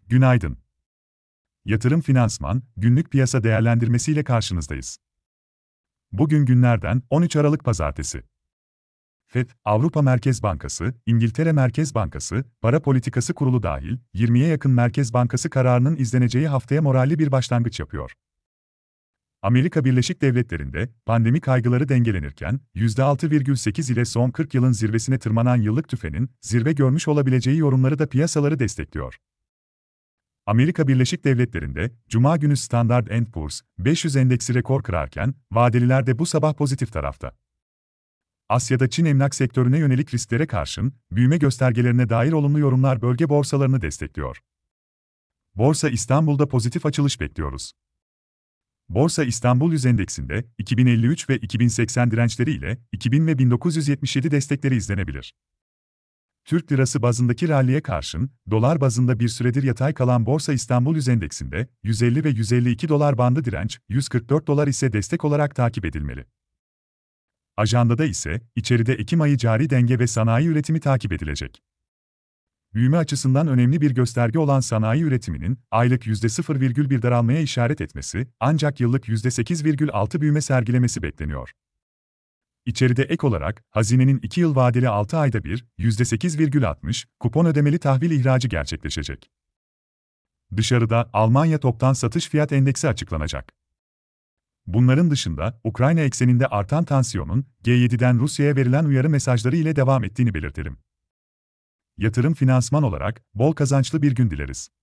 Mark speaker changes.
Speaker 1: Günaydın. Yatırım Finansman, günlük piyasa değerlendirmesiyle karşınızdayız. Bugün günlerden 13 Aralık Pazartesi. FED, Avrupa Merkez Bankası, İngiltere Merkez Bankası, Para Politikası Kurulu dahil 20'ye yakın Merkez Bankası kararının izleneceği haftaya moralli bir başlangıç yapıyor. Amerika Birleşik Devletleri'nde pandemi kaygıları dengelenirken %6,8 ile son 40 yılın zirvesine tırmanan yıllık tüfenin zirve görmüş olabileceği yorumları da piyasaları destekliyor. Amerika Birleşik Devletleri'nde Cuma günü Standard & Poor's 500 endeksi rekor kırarken vadeliler de bu sabah pozitif tarafta. Asya'da Çin emlak sektörüne yönelik risklere karşın büyüme göstergelerine dair olumlu yorumlar bölge borsalarını destekliyor. Borsa İstanbul'da pozitif açılış bekliyoruz. Borsa İstanbul Yüz Endeksinde 2053 ve 2080 dirençleri ile 2000 ve 1977 destekleri izlenebilir. Türk lirası bazındaki ralliye karşın, dolar bazında bir süredir yatay kalan Borsa İstanbul Yüz Endeksinde 150 ve 152 dolar bandı direnç, 144 dolar ise destek olarak takip edilmeli. Ajandada ise içeride Ekim ayı cari denge ve sanayi üretimi takip edilecek. Büyüme açısından önemli bir gösterge olan sanayi üretiminin aylık %0,1 daralmaya işaret etmesi, ancak yıllık %8,6 büyüme sergilemesi bekleniyor. İçeride ek olarak, hazinenin 2 yıl vadeli 6 ayda bir, %8,60, kupon ödemeli tahvil ihracı gerçekleşecek. Dışarıda, Almanya toptan satış fiyat endeksi açıklanacak. Bunların dışında, Ukrayna ekseninde artan tansiyonun, G7'den Rusya'ya verilen uyarı mesajları ile devam ettiğini belirtelim. Yatırım finansman olarak, bol kazançlı bir gün dileriz.